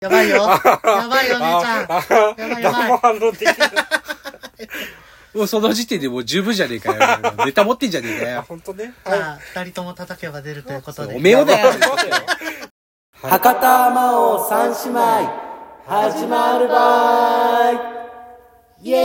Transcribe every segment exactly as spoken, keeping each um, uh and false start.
やばいよ。やばいよ、姉ちゃん。やばいやばい。 反応できる。 もうその時点でもう十分じゃねえかよ。ネタ持ってんじゃねえかよ。 ほんとね。 じゃあ、二人とも叩けば出るということで。 おめえをだよ。 博多魔王三姉妹始まるばーいイエ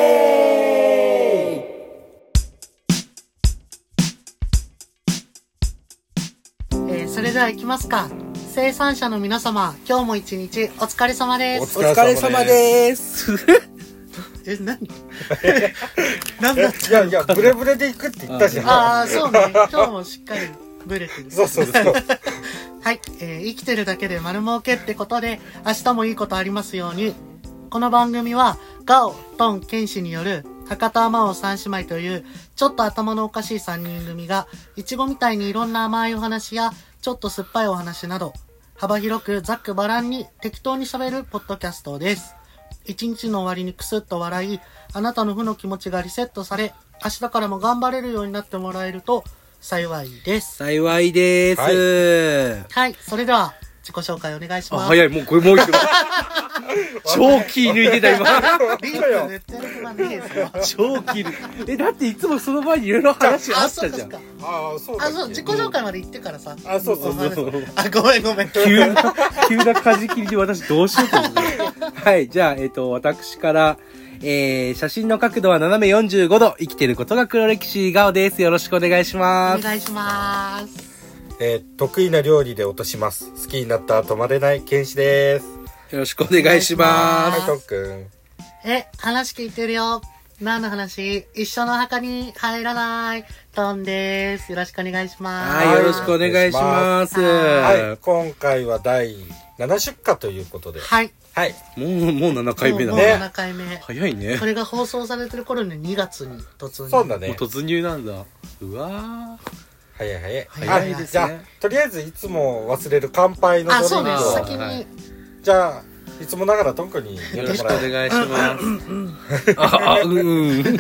ーイ、えー、それでは行きますか。生産者の皆様、今日も一日お疲れ様です。 お疲れ様です。 え、何何だったいやいや、ブレブレで行くって言ったじゃん。 ああ、そうね。今日もしっかりブレてる。 そうそうそう。 はい、えー、生きてるだけで丸儲けってことで、明日もいいことありますように。この番組は、ガオ、トン、ケンシによる、博多魔王三姉妹という、ちょっと頭のおかしい三人組が、いちごみたいにいろんな甘いお話や、ちょっと酸っぱいお話など、幅広くざっくばらんに適当に喋るポッドキャストです。一日の終わりにクスッと笑い、あなたの負の気持ちがリセットされ、明日からも頑張れるようになってもらえると幸いです。 幸いです。 はい、はい、それでは自己紹介お願いします。 あ、早い、もうこれもう一度。超気抜いてた今。 リンク塗ってる暇ねえですよ。 超気抜い。え、だっていつもその前にいろいろ話あったじゃん。 あ、 ああ、そうだ。 あ、そう、自己紹介まで言ってからさ。 あ、そうそうそう。 あ、ごめんごめん。 急な、急な舵切りで私どうしようと思って。はい、じゃあ、えっと、私から、えー、写真の角度は斜めよんじゅうごど、生きてることが黒歴史、ガオです。よろしくお願いします。 お願いします。 えー、得意な料理で落とします。好きになったら止まれないケンシです。 よろしくお願いしまはい、 す。 トンくん。 え、話聞いてるよ。何の話？一緒の墓に入らないトンです。よろしくお願いします。 はい、よろしくお願いします。 はい、今回はだいななじゅっかということで。 はい。 はい。 もう、もうななかいめだもうね。 ななかいめ。 早いね。 これが放送されてる頃ににがつに突入。 そうだね。 もう突入なんだ。うわー。 早い早い。 早いですね。 じゃあ、とりあえずいつも忘れる乾杯のドリンクを。 あ、そうです。先に。 はい、 じゃあ、いつもながらトンくんによろしくお願いします。あ、あ、うん。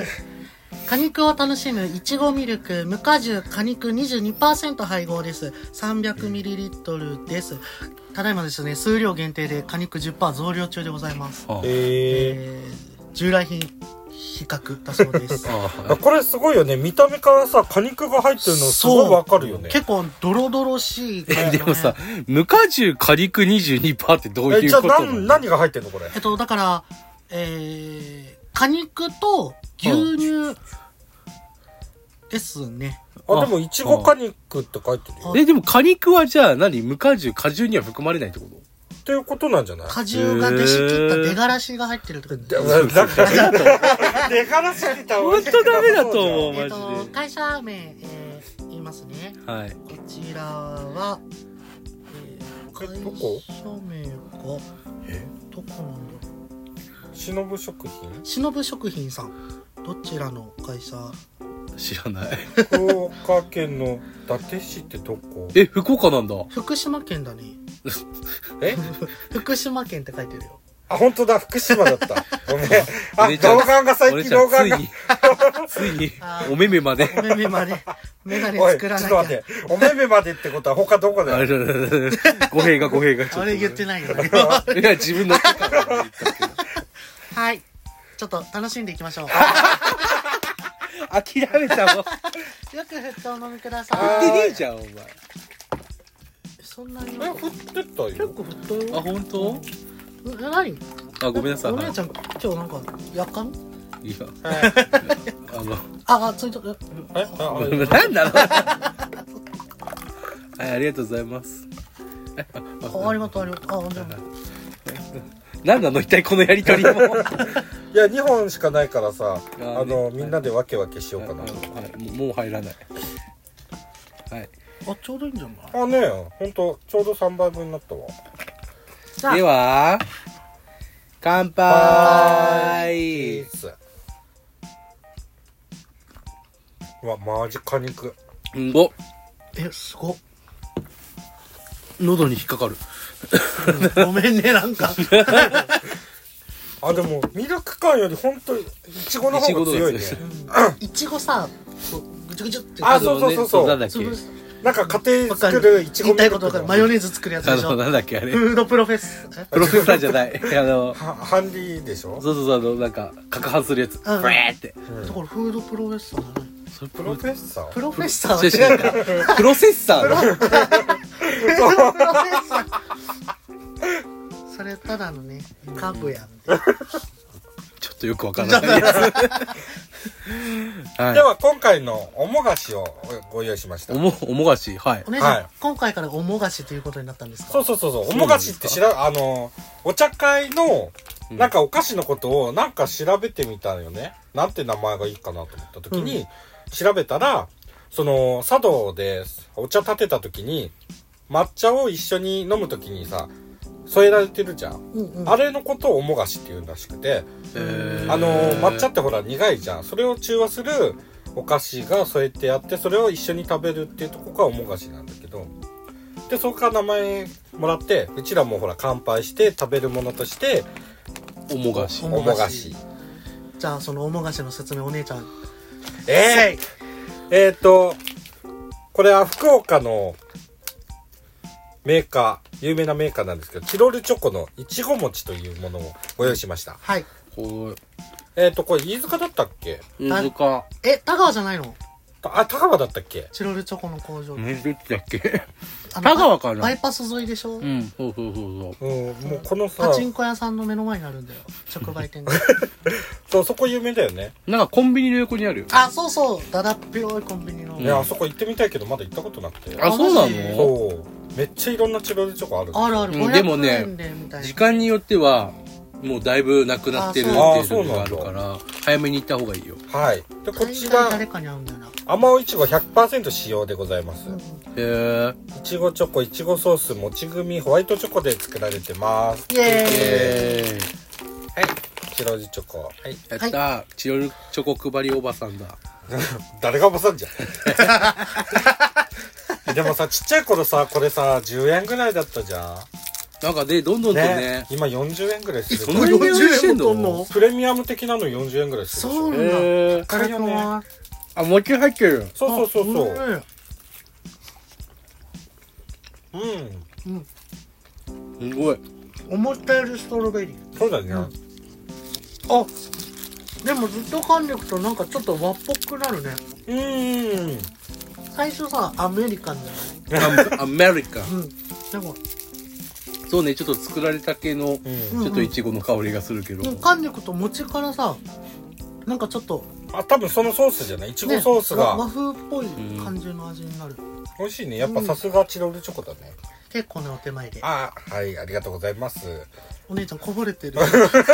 果肉を楽しむいちごミルク無果汁果肉 にじゅうにパーセント 配合です。 さんびゃくミリリットル です。ただいまですね、数量限定で果肉 じゅっパーセント 増量中でございます。 へえー、従来品比較だそうです。 あ、これすごいよね。見た目からさ、果肉が入ってるのすごいわかるよね。 結構ドロドロしい、ね、 でもさ、無果汁果肉 にじゅうにパーセント ってどういうことなの？ じゃあ何、何が入ってんのこれ。 えっと、だから、えー、果肉と牛乳ですね。 あ、でも、いちご果肉って書いてるよ。 え、でも果肉はじゃあ何？無果汁、果汁には含まれないってこと？ っていうことなんじゃない？ 果汁が出し切った出がらしが入ってるってことで。 だから出がらしってほんとダメだと思う、マえっジと、 で。 会社名、えー、言いますね。 はい。 こちらは、えー、会どこ？ 社名が、 え？ どこなんだろう。しのぶ食品？ しのぶ食品さん。どちらの会社？ 知らない。 福岡県の伊達市ってどこ？ え、福岡なんだ。 福島県だね。 え？ 福島県って書いてるよ。 あ、本当だ、福島だった。ごめん。あ、動画が最近動画が。 ついに、お目目まで。 お目目まで。メガネおい、 作らちょなきゃ。 っと待って。お目目までってことは他どこだよ。 あれ語弊が語弊がちょっと。 あれ言ってないよね。 いや、自分の手から言ったけど。 はい。ちょっと楽しんでいきましょう。 諦めたもん。 よく振ってお飲みください。 振ってねえじゃん、お前。 そんなに。 え、振ってたよ。 結構振ったよ。 あ、本当？ え、何？ あ、ごめんなさい。 お姉ちゃん、今日なんか、やかん？ いや。あの。 あ、あ、ついた。 え、 なんだろう。はい、ありがとうございます。 あ、ありがとう、ありがとう。あ、じゃあ。 なんなの一体このやりとりも。 いや、にほんしかないからさ、あの、みんなでわけわけしようかな。 はい、もう入らない。はい。 あ、ちょうどいいんじゃない？ あ、ねえ、ほんと、ちょうどさんばいぶんになったわ。 では、乾杯。 うわ、マジ果肉。 うんご。 え、すごっ。 喉に引っかかる。 ごめんね、なんか。 あ、でも、ミルク感よりほんと、いちごの方が強いね。 いちごさ、ぐちゅぐちゅって。 あ、そうそうそうそう。 なんだっけ。 なんか家庭作るいちごミルク言いたいことわかる。マヨネーズ作るやつでしょ。 あの、なんだっけあれ。 フードプロフェッス。えプロフェッサーじゃない。あの、 はハンディでしょ。 そうそうそう、あの、なんか、攪拌するやつ。ブうんレーって。 だからフードプロフェッサーじゃない。 それプロフェッサープロフェッサーは違う違違うか。 うプロセッサーだ。 フードプロフェッサー。それただのね、カブやん。 ちょっとよくわからないやつ。はい。 では今回のおも菓子をご用意しました。 おも、おもがし、はいお。姉さん、 はい今回からおも菓子ということになったんですか？ そうそうそうそう。おそうも菓なんですか子って知ら、あの、お茶会の、なんかお菓子のことをなんか調べてみたよね。なんて名前がいいかなと思った時に、調べたら、その、茶道でお茶立てた時に、抹茶を一緒に飲む時にさ、添えられてるじゃん。 うんうん。 あれのことをおも菓子って言うらしくて、 えーあの、抹茶ってほら苦いじゃん。それを中和するお菓子が添えてあって、それを一緒に食べるっていうとこがおも菓子なんだけど、で、そこから名前もらって、うちらもほら乾杯して食べるものとして、 おもがしお。も菓子。 じゃあ、そのおも菓子の説明お姉ちゃん。 えー、えーと、これは福岡のメーカー、有名なメーカーなんですけど、チロルチョコのいちご餅というものをご用意しました。 はい。 こえーと、これ飯塚だったっけ？ う、飯塚。 え、田川じゃないの？ あ、高川だったっけ？ チロルチョコの工場。 ね、どっちだっけ？ あの田川かなバイパス沿いでしょ？ うん、そうそうそうそう。 うん、もうこのさパ、チンコ屋さんの目の前にあるんだよ。直売店が。 そう、そこ有名だよね。 なんかコンビニの横にあるよ。 あ、そうそう。だだっ広いコンビニの。 うんいや、あそこ行ってみたいけど、まだ行ったことなくて。 あ、そうなマジの？ そう。めっちゃいろんなチロルチョコある。 あるある。 うんでもねごひゃくえんでみたいな。 時間によっては、もうだいぶなくなってるってあいうのがあるから、早めに行った方がいいよ。 はい。で、こちら、 大体誰かに合うんだよな。 あまおいちご ひゃくパーセント 使用でございます。 へいちごチョコ、いちごソース、もち組、ホワイトチョコで作られてます。 イエーイ。 え。 はい。チロルチョコ。はい。 やったー。チロルチョコ配りおばさんだ。 誰がおばさんじゃん。でもさ、ちっちゃい頃さ、これさ、じゅうえんぐらいだったじゃん。 なんかね、どんどんとねね。 今よんじゅうえんぐらいするそんなに値段してんの？ よんじゅうえんもとんの？ プレミアム的なのよんじゅうえんぐらいするでしょ。 そうなんだ。 へー。 高いよね。 あ、餅入ってる。 そうそうそうそう。 う。 うん。 すごい。 思ったよりストロベリー。 そうだね。 あ、でもずっと噛んでいくとなんかちょっと和っぽくなるね。 うーん。 最初さ、アメリカンじゃない？ アアメリカン。 うん。でも、 そうね、ちょっと作られた系の、 うん。 ちょっとイチゴの香りがするけど。 もう噛んでいくと餅からさ、なんかちょっと、 あ、多分そのソースじゃないいちごね、 ソース和和が。 風っぽい感じの味になる。 美味しいね。やっぱさすがチロルチョコだね。 結構ね、お手前で。 あ、はい。ありがとうございます。 お姉ちゃんこぼれてる。い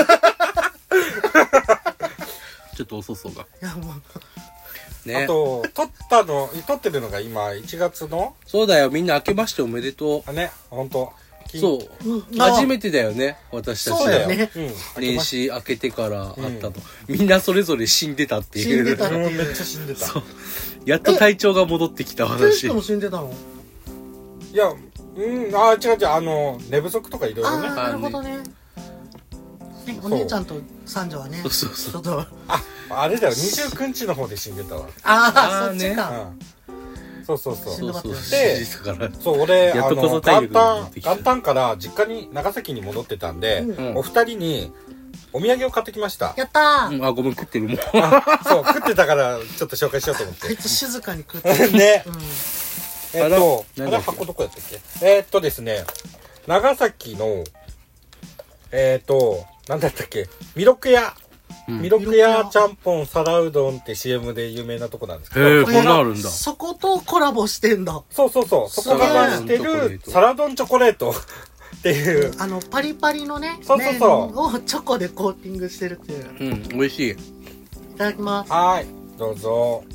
ちょっと遅そうが。 やもう、 ね。 あと、撮ったの、撮ってるのが今いちがつの、 そうだよ、みんな明けましておめでとあ、ね、ほんと。 う。そう。 うん初めてだよね、私たちそうだよねうん。 年始明けてから会ったの。みんなそれぞれ死んでたっていう。 死んでたうん、めっちゃ死んでた。 やっと体調が戻ってきたテ私ス。トも死んでたの？ いや、うん、あ、違う違う、あの、寝不足とかいろいろね。 ああ、なるほどね。ね、お姉ちゃんと三女はね、 そうそうそうちょっと、 あ、あれだよ、にじゅうくにちの方で死んでたわ。 ああ、 あーねそっちか。 うん。そうそうそう。 死んだそうそう。 でだから。 そう、俺、 やっとこあの、 そ体力が元旦戻ってき、た元旦から実家に、長崎に戻ってたんで、 うんお二人にお土産を買ってきました。 やったー。 うんあ、ごめん、食ってるもん。 あそう、食ってたから、ちょっと紹介しようと思っあいて。 つ静かに食ってる。 ねう。ん。 えっと、あれあらなんだっけ箱どこやったっけえーっとですね、長崎の、えーっと、なんだったっけ弥勒屋。 うん弥勒屋ちゃんぽん皿うどんって シーエム で有名なとこなんですけど。 へえ、 ここんなあるんだ。 そことコラボしてんだ。 そうそうそう。そこが出してるサラドンチョコレートっていう。 あの、パリパリのね、 そうそうそう麺をチョコでコーティングしてるっていう。 うん、美味しい。 いただきます。 はーい。どうぞ。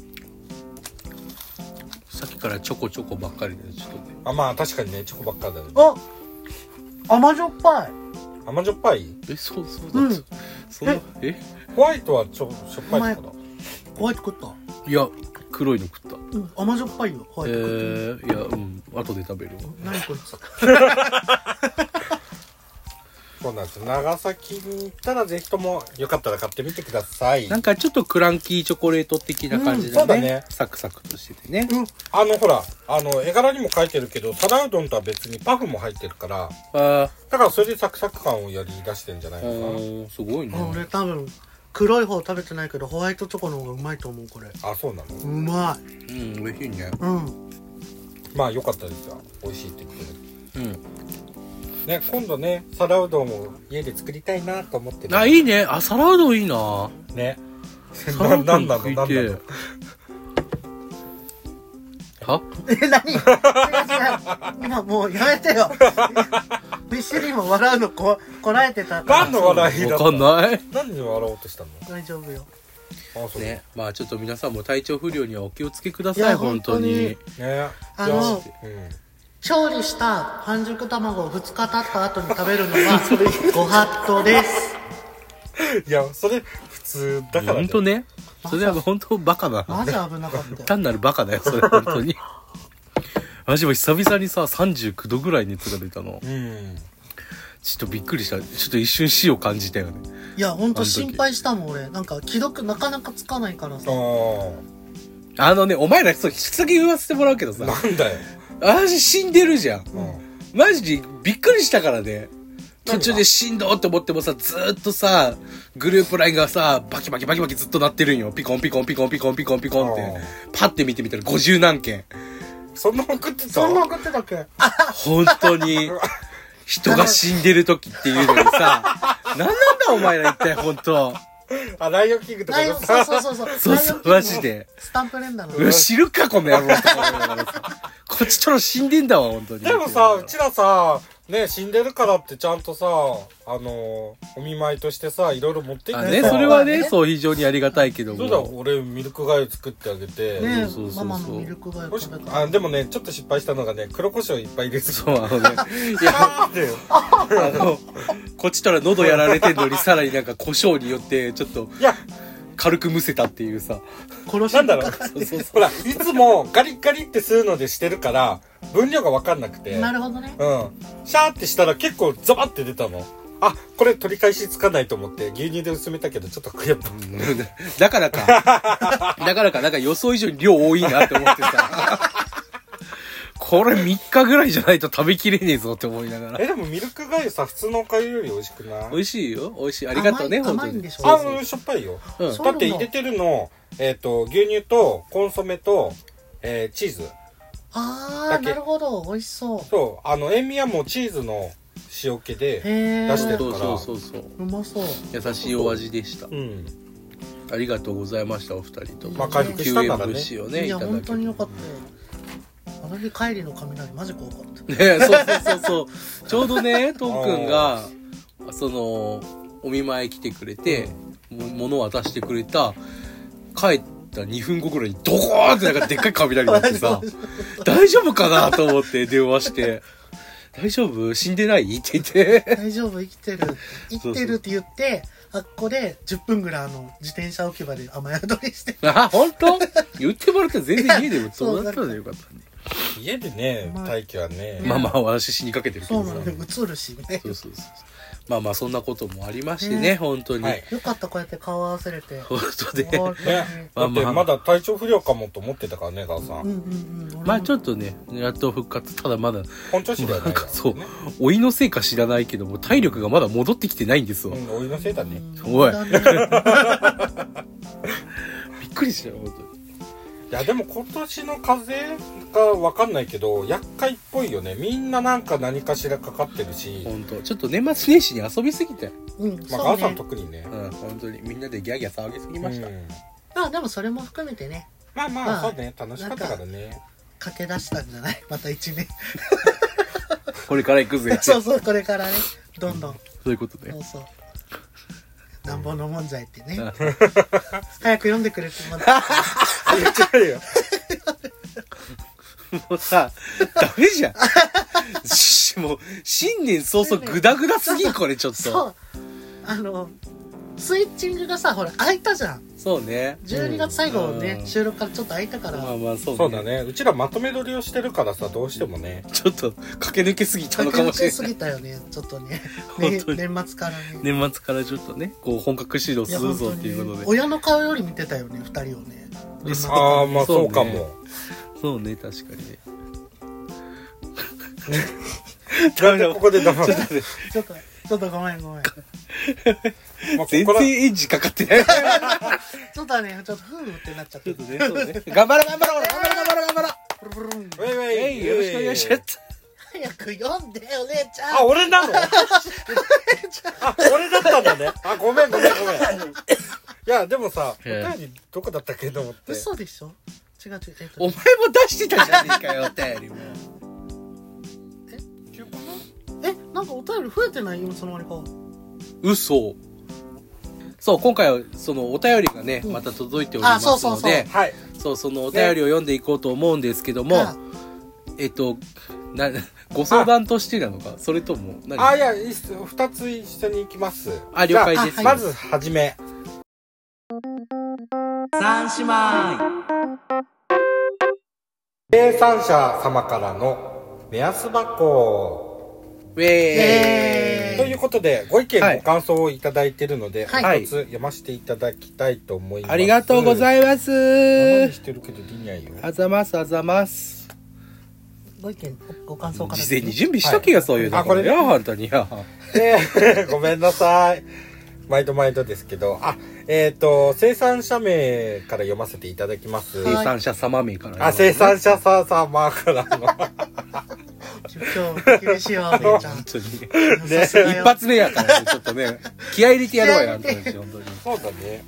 さっきからちょこちょこばっかりで、ちょっとね。 あ、まあ確かにね、チョコばっかだね。 あ、甘じょっぱい。 甘じょっぱいえ、そう、そううんだった。そんな、えホワイトはちょしょっぱいのかなホワイト食った。 いや、黒いの食った。 うん、甘じょっぱいよ、ホワえイト食って。 ー、いや、うん、後で食べるわ。 何こいつ。 そうなんです。長崎に行ったらぜひともよかったら買ってみてください。 なんかちょっとクランキーチョコレート的な感じだね。 うんそうだねサクサクとしててね。 うん。あの、ほら、あの、絵柄にも書いてるけど、皿うどんとは別にパフも入ってるから、 あだからそれでサクサク感をやり出してんじゃないあ、 かな。 ーすごいね。 あ俺多分黒い方食べてないけどホワイトチョコの方がうまいと思うこれ。 あ、そうなの？ うまい。 うん、美味しいね。 うん。 まあよかったですよ。美味しいって言ってる。 うん。 ね、今度ね、皿うどんを家で作りたいなと思ってる。 あ、いいね。あ、皿うどんいいな。 ね。 皿うどなんんなの食いなんなのてえ。はえ、何？違う違う。今もうやめてよ。ビシリも笑うのここらえてたから。 何の笑いだったわかんない。 何に笑おうとしたの？ 大丈夫よ。 あ、そう。 ね、まあちょっと皆さんも体調不良にはお気をつけくだいやさい、本当に。 ね。 あのじゃうん。 調理した半熟卵をふつか経った後に食べるのはご法度です。 いや、それ普通だからね。 本当ね。それは本当バカだな。 マジ危なかったよ。 単なるバカだよ、それ、本当に。私も久々にさ、さんじゅうきゅうどぐらい熱が出たの。 うん。 ちょっとびっくりした。ちょっと一瞬死を感じたよね。 いやほんとあの時心配したもん俺。なんか既読なかなかつかないからさ。 ああのね、お前ら、そう、先言わせてもらうけどさあ。、なんだよ。 私死んでるじゃん。 うん。 マジでびっくりしたからね。途何が中で死んどうって思ってもさ、ずーっとさ、グループラインがさ、バキバキバキバキずっと鳴ってるんよ。ピコンピコンピコンピコンピコンピコンってあー。 パッて見てみたらごじゅう何件。 そんな送ってた？ そんな送ってたっけ？ 本当に、人が死んでる時っていうのにさ、なんなんだお前ら一体本当。 あ、ライオンキングとかライオン、そうそうそうそう。 そうそうマジで。 スタンプ連打の。 うわ知るかこの野郎とか思いながらさ。こっちとら死んでんだわ、本当に。 でもさ、うちらさ、ね、死んでるからってちゃんとさ、あの、お見舞いとしてさ、いろいろ持ってきあね、 てさ。 それはね、 ねそう、非常にありがたいけども。 そうだ、俺ミルクがゆ作ってあげて。 ねそうそうそうそうママのミルクがもし食べた。 あでもね、ちょっと失敗したのがね、黒胡椒いっぱい入れすぎそう、あのね。いや、 た。であの、こっちとら喉やられてんのに、さらになんか胡椒によって、ちょっと、 いや、 軽くむせたっていうさ。 殺しなんだろう。 そうそうほら、いつもガリッガリってするのでしてるから、分量がわかんなくて。 なるほどね。 うん。シャーってしたら結構ザバって出たの。あ、これ取り返しつかないと思って牛乳で薄めたけどちょっと悔やった。 だからか。だからか、なんか予想以上に量多いなって思ってさ。これみっかぐらいじゃないと食べきれねえぞって思いながら。 え、でもミルクがゆさ、普通のおかゆより美味しくない？ 美味しいよ。美味しい。ありがとうね、 甘い本当に甘いんで。しょあ、うん、しょっぱいよ。 うんそうだって入れてるの、えっ、と、牛乳とコンソメと、えー、チーズ。 あー、 だけなるほど。美味しそう。 そう、あの、塩味はもうチーズの塩気でへ出してー。 るから。 そうそうそうそう。 うまそう。 優しいお味でした。 うん。 ありがとうございました、お二人とも。 まあ回復したならね救援物資をね、 いや、 いただき。 本当によかったよ。あの日帰りの雷マジ怖かった。 ねそうそうそうそう。ちょうどね、トンくんが、その、お見舞い来てくれて、も物を渡してくれた、帰ったにふんごぐらいにドコーンってなんかでっかい雷になってさ、大丈夫かなと思って電話して、大丈夫死んでないって言って。 大丈夫生きてる。生きてるって言って、あっこでじゅっぷんぐらいあの、自転車置き場で雨宿りして。 あ、本当言ってもらったら全然家でもそうそうだったらよかったね。 家でね、 まあ待機はね。 まあまあ、私死にかけてるけどさ。 そうなんで、映るしね。 そうそうそう。まあまあ、そんなこともありましてね、本当に。 はいよかった、こうやって顔合わせれて。 本当で。 本当にね。だってまあまあまだ体調不良かもと思ってたからね、ガオさん。 うんうんうん。 まあちょっっとね、やっと復活。ただまだ、 本調子ではななんいからかそう、老いのせいか知らないけども、体力がまだ戻ってきてないんですわ。 うん、お湯のせいだね。 おいね、 びっくりしたよ、本当に。 いや、でも今年の風邪がわかんないけど、厄介っぽいよね。みんななんか何かしらかかってるし。 本当ちょっと年末年始に遊びすぎて。 うん、 まあ、 そうガオさんね。 特にねう。ん、本当に。みんなでギャーギャー騒ぎすぎました。 うんまあでもそれも含めてね、 まあまあ、 まあそうね。楽しかったからね。 駆け出したんじゃないまた一年。 これから行くぜって。 そうそう、これからね、どんどん。 そういうことねそう。そう。なんぼのもんじゃいってね。 あ早く読んでくれってもら言っちゃうよ。 もうさ、ダメじゃん。しもう、新年早々グダグダすぎん、これちょっと。 そう。あの、 スイッチングがさ、ほら、空いたじゃん。 そうね。 じゅうにがつ最後ね、 うん収録からちょっと空いたから。 まあまあそうね。 そうだね。うちらまとめ撮りをしてるからさ、どうしてもね。 ちょっと駆け抜けすぎたのかもしれない。 すぎたよね、ちょっとね。 本ね当に年末からね。 年末からちょっとね、こう本格指導するぞっていうことで。 親の顔より見てたよね、二人をね。年末ああ、まあそうねそうかも。 そうね、確かにね。 なんでここで黙るの？ ちょっと、ちょっとごめんごめん。 まあ全ここら然エンジンかかってない。 ちょっとね、ちょっとふーってなっちゃってちょっ。とね、そうね。頑張ろう頑張ろう頑張ろう頑張ろう頑張ろう。 ブルブルンウェイウェイえい、よろしくお願いします。 早く読んで、お姉ちゃん。 あ、俺なの？あ、俺だったんだね。あ、ごめんごめんごめん。いや、でもさ、おええ便りどこだったっけと思って。 嘘でしょ違う違う。えっとお前も出してたじゃねえかよ、お便りも。 え、なんかお便り増えてない今その間にか。 嘘。そう、今回はそのお便りがね、 うんまた届いておりますあそうそうそうので、 はい。 そう、そのお便りを読んでいこうと思うんですけども、 あえっと、な、ご相談としてなのか、それとも何、 あ、いや、いいっす二つ一緒に行きます。 あ了解ですじゃあまずはじめ。 三姉妹生産者様からの目安箱。 ウェーイ、 えということで、ご意見、 はいご感想をいただいているので、 はい一つ読ませていただきたいと思います。 ありがとうございいます。 生にしてるけど、できないよ。 あざます、あざます。 ご意見、ご感想から。 事前に準備しとけよ、 はいそういうの。 あこれねよ、本当によ。 えーごめんなさい。毎度毎度ですけど、あ、えっ、と、生産者名から読ませていただきます。 生産者様名からね。 あ、生産者さ様からの。 今日、厳しいわ、お姉ちゃん。 本当に。 さすがよ一発目やからね、ちょっとね、気合い入れてやろうよ、あんたたち、本当に。 そうだね。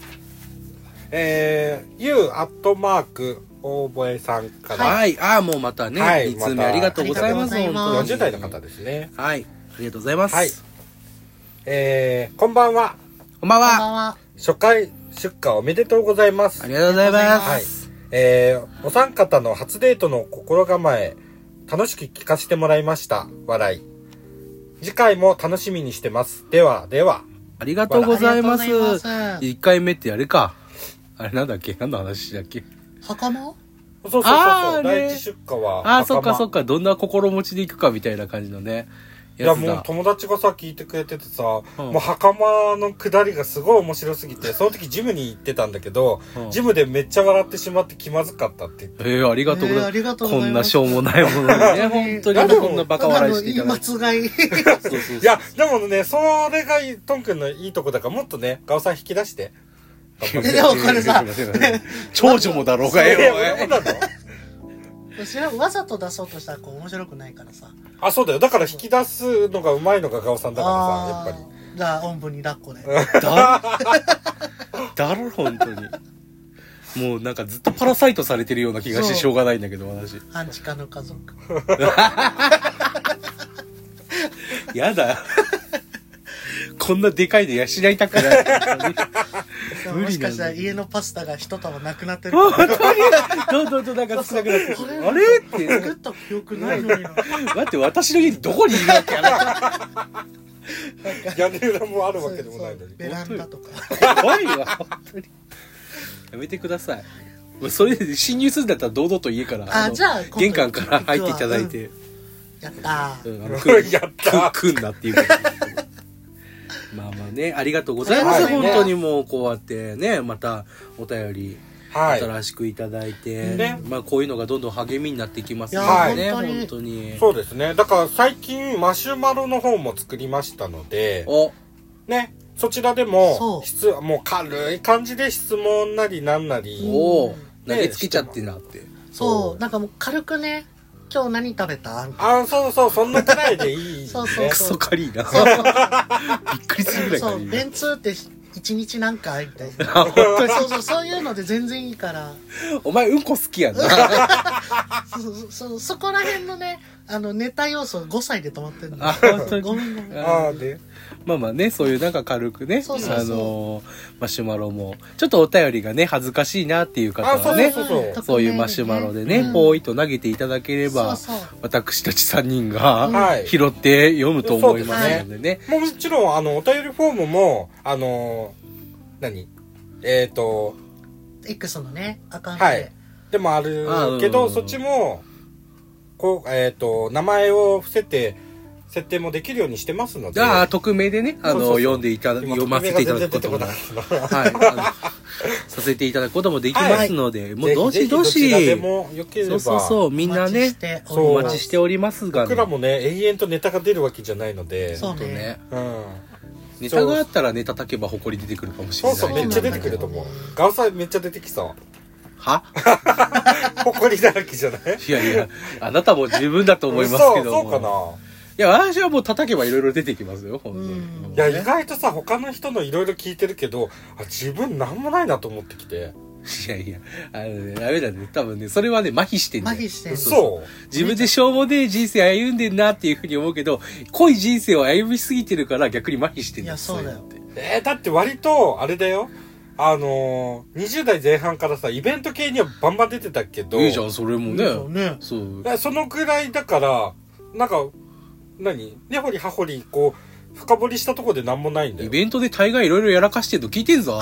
えー、ゆうアットマーク、大吠さんから、 はい、ああ、もうまたね、 はいに通目ありがとうございます、 ありがとうございます本当に。 よんじゅう代の方ですね。 はい、ありがとうございます。 はい。えー、こんばんは。 こんばんこんばは。 んは。 初回出荷おめでとうございますあ。りがとうございまはいす。。 えー、お三方の初デートの心構え、楽しく聞かせてもらいました。笑い。次回も楽しみにしてます。では、では。 ありがとうございますありがとうございます。 一回目ってあれか。あれなんだっけ何の話だっけ袴そうそうそうそう。 あーね第一出荷は。 ああ、そっかそっか。 か。どんな心持ちでいくかみたいな感じのね。 いや、 やつだ。 もう友達がさ、聞いてくれててさ、 うんもう袴の下りがすごい面白すぎて、その時ジムに行ってたんだけど、 うんジムでめっちゃ笑ってしまって気まずかったって言って。 ええありがとうございます。 えーありがとうございますこんなしょうもないものにね、本当にいやでもこんなバカ笑いしていただいて。 つがい。 そうそうそういや、でもね、それがトンくんのいいとこだから、もっとね、ガオさん引き出して。頑張ってでもこれさ、 長女もだろうがよ。 え俺もなのそれわざと出そうとしたらこう面白くないからさ。 あ、そうだよ。だから引き出すのがうまいのがガオさんだからさ、やっぱり。 り。じゃあ、おんぶに抱っこで。 だだろ、本当に。もうなんかずっとパラサイトされてるような気がしてしょうがないんだけど、私。 半地下の家族。 やだ。こんなでかいの養いたくない。無理なんだもしかしたら家のパスタが一玉なくなってる本か当にどんどんどんなんか少なくなってる。あれって。 ら。作った記憶ないのにな。 待って、私の家にどこにいるわけあな屋根裏もあるわけでもないのに。 ベランダとか。 た。怖いわ、本当に。やめてください。もうそれで侵入するんだったら堂々と家から、 あ、 のじゃあ、 玄関から入っていただいて、 やったー。 うんあの来るやったく来んなっていうから。まあまあね、ありがとうございます。 はい本当にもうこうやってね、またお便り、 はい。 新しくいただいて、 ねまあこういうのがどんどん励みになっていきますのいやでね、 本当に本当に。 そうですね。だから最近マシュマロの方も作りましたので、 お、 ね、そちらでそも、 う質もう軽い感じで質問なりなんなり、 おうん投げつけちゃってなって。 そう、なんかもう軽くね、今日何食べたみたいあ、そうそう、そんなくらいでいい、ね。 そうそうクソカリーな。 な。そうそうびっくりするぐらいカそう。そう、 リーな。 便通って一日何回みたいな。 あ、本当に。 そうそう、そういうので全然いいから。 お前うんこ好きやんな。 そうそうそう、そこら辺のね、あの、ネタ要素ごさいで止まってるの。 あ本当にごめんごめん。 ああ、で、 まあまあね、そういうなんか軽くね、 そうそうそうあのー、マシュマロも、ちょっとお便りがね、恥ずかしいなっていう方あ、そうはね、 そうそうそう。 そういうマシュマロでね、 うんポーイと投げていただければ、 そうそう私たちさんにんがはい拾って読むと思いますのでね。 もちろん、あの、お便りフォームも、あの、何えっ、ー、と、 X のね、アカウントで。 はい。でもあるあうんけど、そっちも、こう、えっ、ー、と、名前を伏せて、設定もできるようにしてますので。 ああ、匿名でね、あの、 そうそうそう読んでいただ、 今読ませていただくことも、 匿名が全然出てこなはい、あの、させていただくこともできますので、もうどしどし、 ぜひぜひどちらでもよければ。 そうそうそう、みんなね、 そうお待ちしておりますがね。 僕らもね、永遠とネタが出るわけじゃないので。 そうね。 ね。 うん。 ネタがあったらネタ叩けば埃出てくるかもしれない。 そうそう、めっちゃ出てくると思う。ガオさんめっちゃ出てきそう。 は埃だらけじゃないいやいや、あなたも十分だと思いますけども。 そう、そうかな。 いや、私はもう叩けばいろいろ出てきますよ、本当に。 うんいや、意外とさ、他の人のいろいろ聞いてるけど、あ、自分なんもないなと思ってきて。 いやいや、あのね、ダメだね。多分ね、それはね、麻痺してんだよ。 麻痺してんそう自分でしょうもねえ人生歩んでんなっていうふうに思うけど、濃い人生を歩みすぎてるから逆に麻痺してんだいやそうだよいのってえー、だって割と、あれだよ。あのー、にじゅう代前半からさ、イベント系にはバンバン出てたけど。 いいじゃん、それもね。 そうね。 そう。 だそのぐらいだから、なんか、何根掘り葉掘り、こう、深掘りしたところでなんもないんだよ。 イベントで大概いろいろやらかしてんの聞いてんぞ。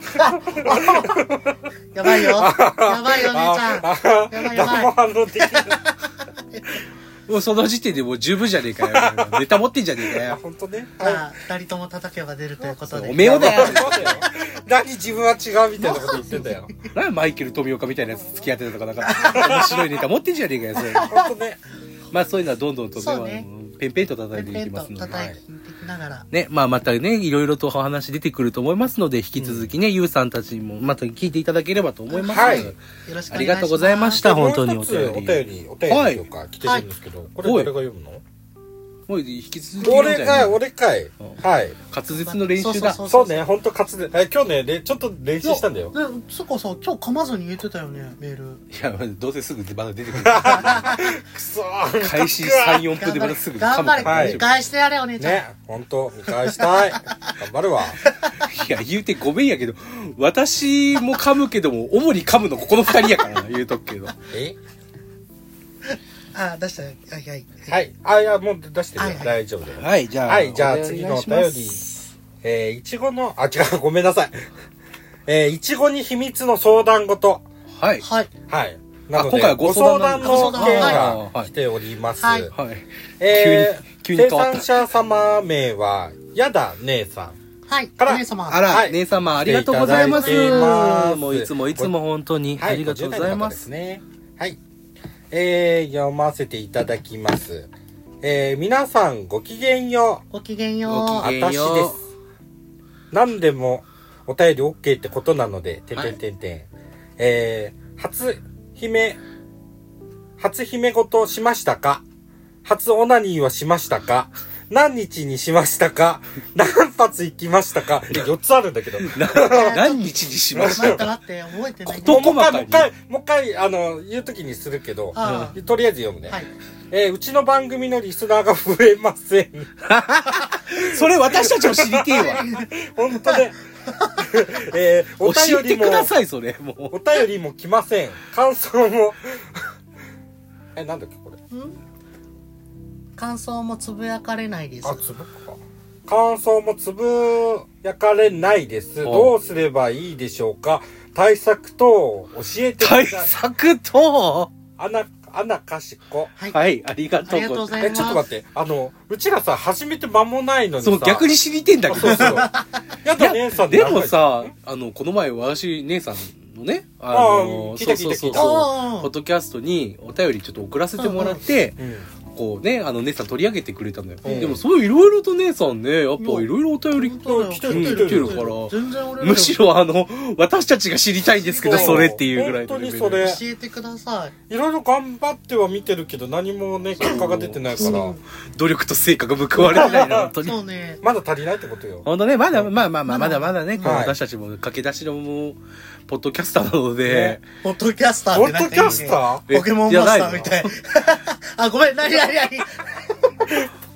やばいよ。やばいよ、姉ちゃん。 ああやばいやばい何も反応できない。 もうその時点でもう十分じゃねえかよ。ネタ持ってんじゃねえかあ、 よ。 本当ね。 じゃあ、二人とも叩けば出るということで。 おめえをだよ。 そうだよ。何自分は違うみたいなこと言ってんだよ。 なんマイケル富岡みたいなやつ付き合ってたとか、なんか、面白いネタ持ってんじゃねえかよ、それ。 本当ね。 まあそういうのはどんどんとね、 そうねまあペンペンと叩いていペンときますので。 叩いていきながら。 ね、まあまたね、いろいろとお話出てくると思いますので、引き続きね、ゆうさんたちもまた聞いていただければと思います。 はいよろしくお願いします。 ありがとうございました本当にもう一つおお便り便り、お便りというか来てるんですけど、これ誰が読むの？ もう引き続き読んじゃい俺かい、 ます俺かい。はい。 滑舌の練習だ。 そうそうね、ほんと滑舌。え、今日ね、れちょっと練習したんだよ。 で、そっかさ、今日噛まずに言ってたよね、メール。 いや、どうせすぐまだ出てくる。 くそー。 開始さん、よんぷんでまたすぐ頑張れ、 はい見返してやれ、お姉ちゃん。 ね、ほんと、見返したい。頑張るわ。 いや、言うてごめんやけど、私も噛むけども、主に噛むのここの二人やからな、言うとくけど。 えあ、出した。はいはい。 はい。あ、いや、もう出してるよはいはい大丈夫だよ。 はい、じゃあ。 はい、じゃあ次のお便り。えー、いちごの、あ、違う、ごめんなさい。えー、いちごに秘密の相談事。 はい。 はい。 はい。なので、 今回はご相談ご相談の件はいが来ております。 はいはい。 えー、 急に急に生変わった産者様名は、やだ姉さん。 はい。 からお姉様。 あら、 はい姉様ありがとうございます。 来ていただいてますもういつもいつも本当にありがとうございま。 ごじゅう代の方ですね。はい。えー、読ませていただきます。えー、皆さんごきげんよごきげんよごう。 きげんよう私です。何でもお便り OK ってことなので、てんてんてんてん。えー、初姫、初姫ごとしましたか？初オナニーはしましたか？何日にしましたか？何発行きましたか？よっつあるんだけど。 何日にしまし待たって待って、覚えてない。 どもう一回、もう細かに一回、もう一回、あの、言うときにするけど、 あとりあえず読むね。 はい。 えーうちの番組のリスナーが増えません。 それ私たちも知りてえわ。 本当ね。えーお教え便りも、 てください、それ。もう。 お便りも来ません。感想も、え、なんだっけ、これ。 感想もつぶやかれないです。 あ、つぶか。感想もつぶやかれないです。 あどうすればいいでしょうか？対策と教えてくだ対さい。 策と、 あな、あなかしこ。 はい。 はい、ありがとうありがとうございえ、 ますちょっと待って。あの、うちらさ、始めて間もないのにさ。 そう、逆に知りてんだけど。 そうそう。やだ、姉さんでもさ、あの、この前私、姉さんのね、あの、 あー聞いたそうそうそう聞いたそう、 聞いたポッドキャストにお便りちょっと送らせてもらって、 うん。 こうね、あの、姉さん取り上げてくれたのよ。 うんでも、そういろいろと姉さんね、やっぱいろいろお便り本当だよ来てるうん来てる来てるから、 全然俺らむしろあの、私たちが知りたいんですけど、 そうそれっていうぐらいの本当レベルで。 にそれ。 教えてください。 いろいろ頑張っては見てるけど、何もね、結果が出てないからそう、 努力と成果が報われてないな、本当に。 そうね。 まだ足りないってことよ。 本当ね、まだ、まあまあまあ、まだまだね、こうはい私たちも駆け出しのもう、ポッドキャスターなのでね、 ポッドキャスターポッってなんかいいねドキャスターえポケモンマスターみたい。あ、ごめん、なになになにポ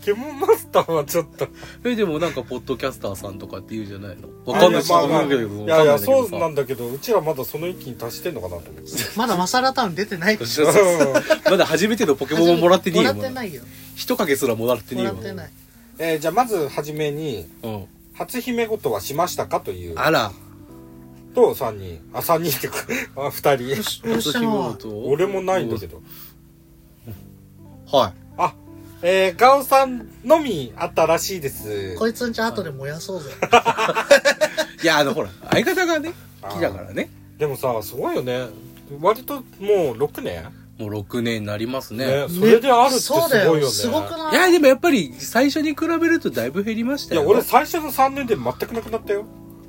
ケモンマスターはちょっとえでもなんかポッドキャスターさんとかって言うじゃないの。わかんないし、 まあまあ、いわかんないけどやいやそうわかなんだけど、うちらまだその域に達してんのかなと思ってまだマサラタウン出てないでしょ。 まだ初めてのポケモンももらってねえよ。 もらってないよ。 一かげすらもらってねえよ。 もらってない。 えー、じゃあまずはじめに、 うん。 初姫ごとはしましたかというあら。 とさんにん、あさんにんってかあふたり。 俺しても俺もないんだけど。 はい。 あ、えー、ガオさんのみあったらしいです。 こいつんち後で燃やそうぜ。 いやあのほら相方がね好きだからね。 でもさすごいよね。割ともうろくねんもうろくねんになりますね。 ね、それであるってすそうだよ。 ごいよね。 すごくない？ いやでもやっぱり最初に比べるとだいぶ減りましたよ。 いや俺最初のさんねんで全くなくなったよ。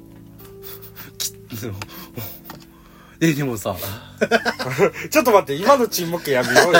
えでもさちょっと待って、今の沈黙やめようよ。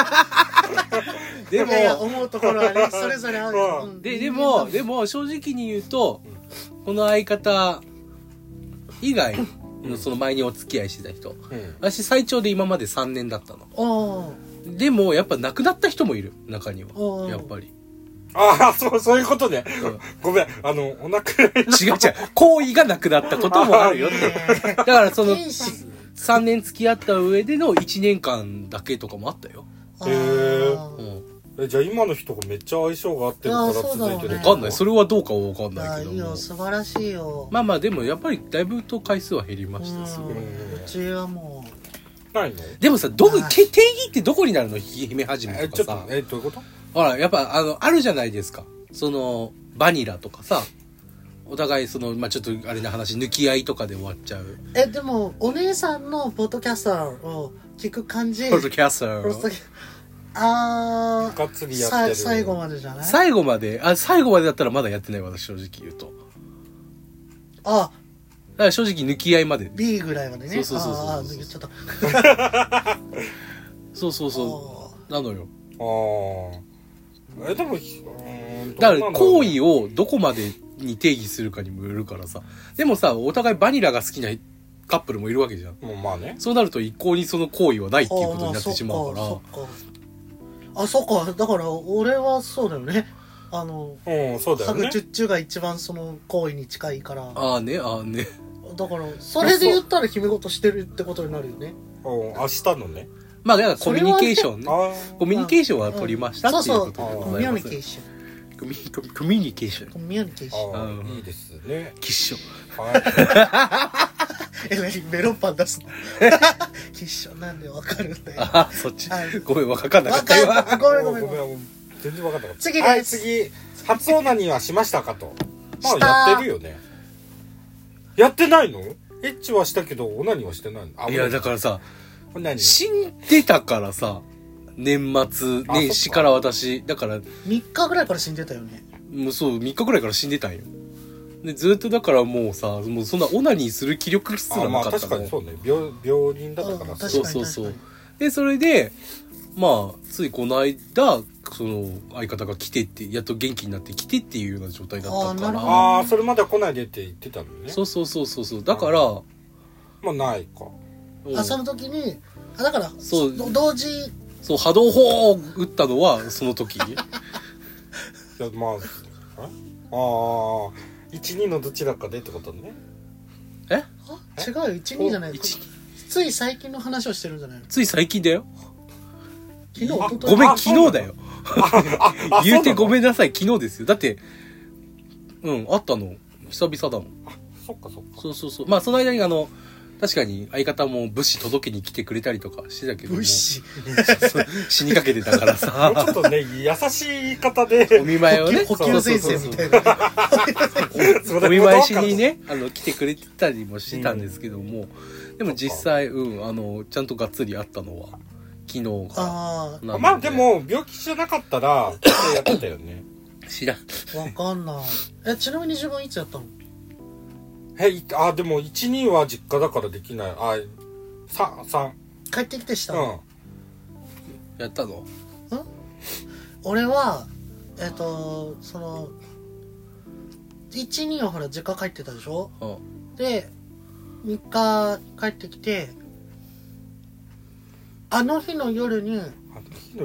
でもいやいや思うところはねそれぞれあるよ。 うんうんででもでも正直に言うとこの相方以外のその前にお付き合いしてた人、 うん、 私最長で今までさんねんだったの。 おーでもやっぱ亡くなった人もいる中にはおーやっぱり。 ああ、そう、そういうことね。 うんごめん、あの、お亡くなり違う違う行為がなくなったこともあるよってだからそのさんねん付き合った上でのいちねんかんだけとかもあったよ。 あへーーうんえ、じゃあ今の人がめっちゃ相性が合ってるからいやそうだろうね続いてる。 分かんないそれはどうかは分かんいやいいないけどもよ素晴らしいよ。 まあまあでもやっぱりだいぶと回数は減りましたすごい。 うんうちはもないのでもさどこはいけ定義ってどこになるの姫始めえ、ちょっととかさ、 え、どういうことほらやっぱあのあるじゃないですかそのバニラとかさお互いそのまあちょっとあれな話抜き合いとかで終わっちゃううえでもお姉さんのポッドキャスターを聞く感じポッドキャスターポッドキャあがっつりーやってる。 さ最後までじゃない？ 最後まであ最後までだったらまだやってない私正直言うとあだから正直抜き合いまで B ぐらいまでね。 そうそうそうそうあー言っちゃったそうそうそうなのよああ。え、でも、うーんだから行為を。 をどこまでに定義するかにもよるからさでもさお互いバニラが好きなカップルもいるわけじゃん。 もうまあね。 そうなると一向にその行為はないっていうあーことになってしまうからそっかそっかあそっかだから俺はそうだよねあのうん、そうだよねハグチ。ュッチュが一番その行為に近いからああねああねだからそれで言ったら決め事してるってことになるよね。 うん、明日のね。 まあだからコミュニケーションねあコミュニケーションは取りましたっていうことでそうそうコございますミュニケーションコミュコミコミュニケーションコミュニケーションあ、あうんあ、いいですね。 キッションはい。 え何メロンパン出すのキッションなんでわかるんだよあそっちはいごめんわかんなかわったよかんないごめんごめんごごめんめん、全然分かんなかった。 次ですはい、次。初オナニーはしましたかと。ましたあ、やってるよね。やってないの？エッチはしたけど、オナニーはしてないの？あいやだからさこれ何？ 死んでたからさ年末あ年始から私だからみっかぐらいから死んでたよね。 もうそうみっかぐらいから死んでたんよでずっとだからもうさもうそんなオナニーする気力すあ、まあらなかったの確かにそうね。病、病人だったからうんさ。 そう確かにそうそう確かでそれでまあついこの間その相方が来てってやっと元気になって来てっていうような状態だったからあーなるほどああ、それまでは来ないでって言ってたのね。 そうそうそうそうそうだからまあ、ないか。 うんあその時にあだからそうど同時そう波動砲を打ったのはその時いや、まあ、ああ、いち、にのどちらかでってことね。 えあ違うよいちにじゃない一つい最近の話をしてるんじゃないの？ つい最近だよ昨日一昨日ごめんあ昨日だよあ言うてごめん。 んなさい昨日ですよだってうんあったの久々だもんそっかそっか。 そうそうそうまあその間にあの確かに相方も物資届けに来てくれたりとかしてたけども物資そう死にかけてたからさもうちょっとね、優しい言い方で。 お見舞いをね補給先生みたいなそれお見舞いしにねあの来てくれてたりもしてたんですけども、でも実際うんあのちゃんとがっつりあったのは昨日があなのまあでも、病気じゃなかったら、やってたよね。 知らんあわかんないえちなみに自分いつやったの？ え、いあ、でも、いち、には実家だからできない。あ、さん、さん。 帰ってきてした、 うん。 やったの俺はえっとそのいちにはほら実家帰ってたでしょ。 うんでみっか帰ってきてあの日の夜にあの日の夜。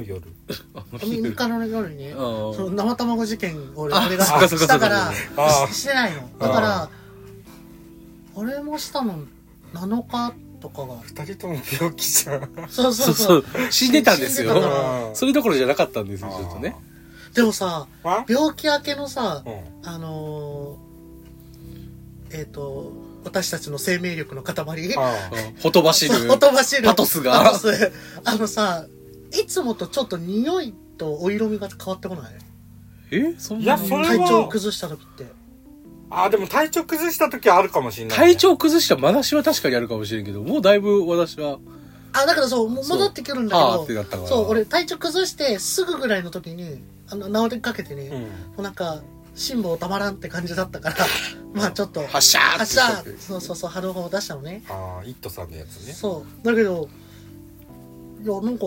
みっかの夜にね、 あその生卵事件を俺あ俺がそっかそっかしたからあししてないの。だから俺もしたのなのかとかが。 二人とも病気じゃん。 そうそそううそう。 そう。死んでたんです死んでたからよ。それどころじゃなかったんですよ、ちょっとね。 でもさ、 あ病気明けのさ、 うんあのー、えっ、と、私たちの生命力の塊。 あほとばしる。 ほとばしる。 パトスがパトス。あのさ、いつもとちょっと匂いとお色味が変わってこない？ えそんなにいやそれは体調を崩した時って。 あーでも体調崩した時はあるかもしれない、ね、 体調崩したまなしは確かにあるかもしれんけど、もうだいぶ私は、 あ、だからそう、もう戻ってくるんだはーっけど、 てなったから。 そう、俺体調崩してすぐぐらいの時に、あの、治りかけてね、 うんもうなんか、辛抱たまらんって感じだったから、まあちょっと、 はっしゃーって発射そうそうそう、波動砲を出したのね。 ああイットさんのやつね。 そう。だけど、いや、なんか、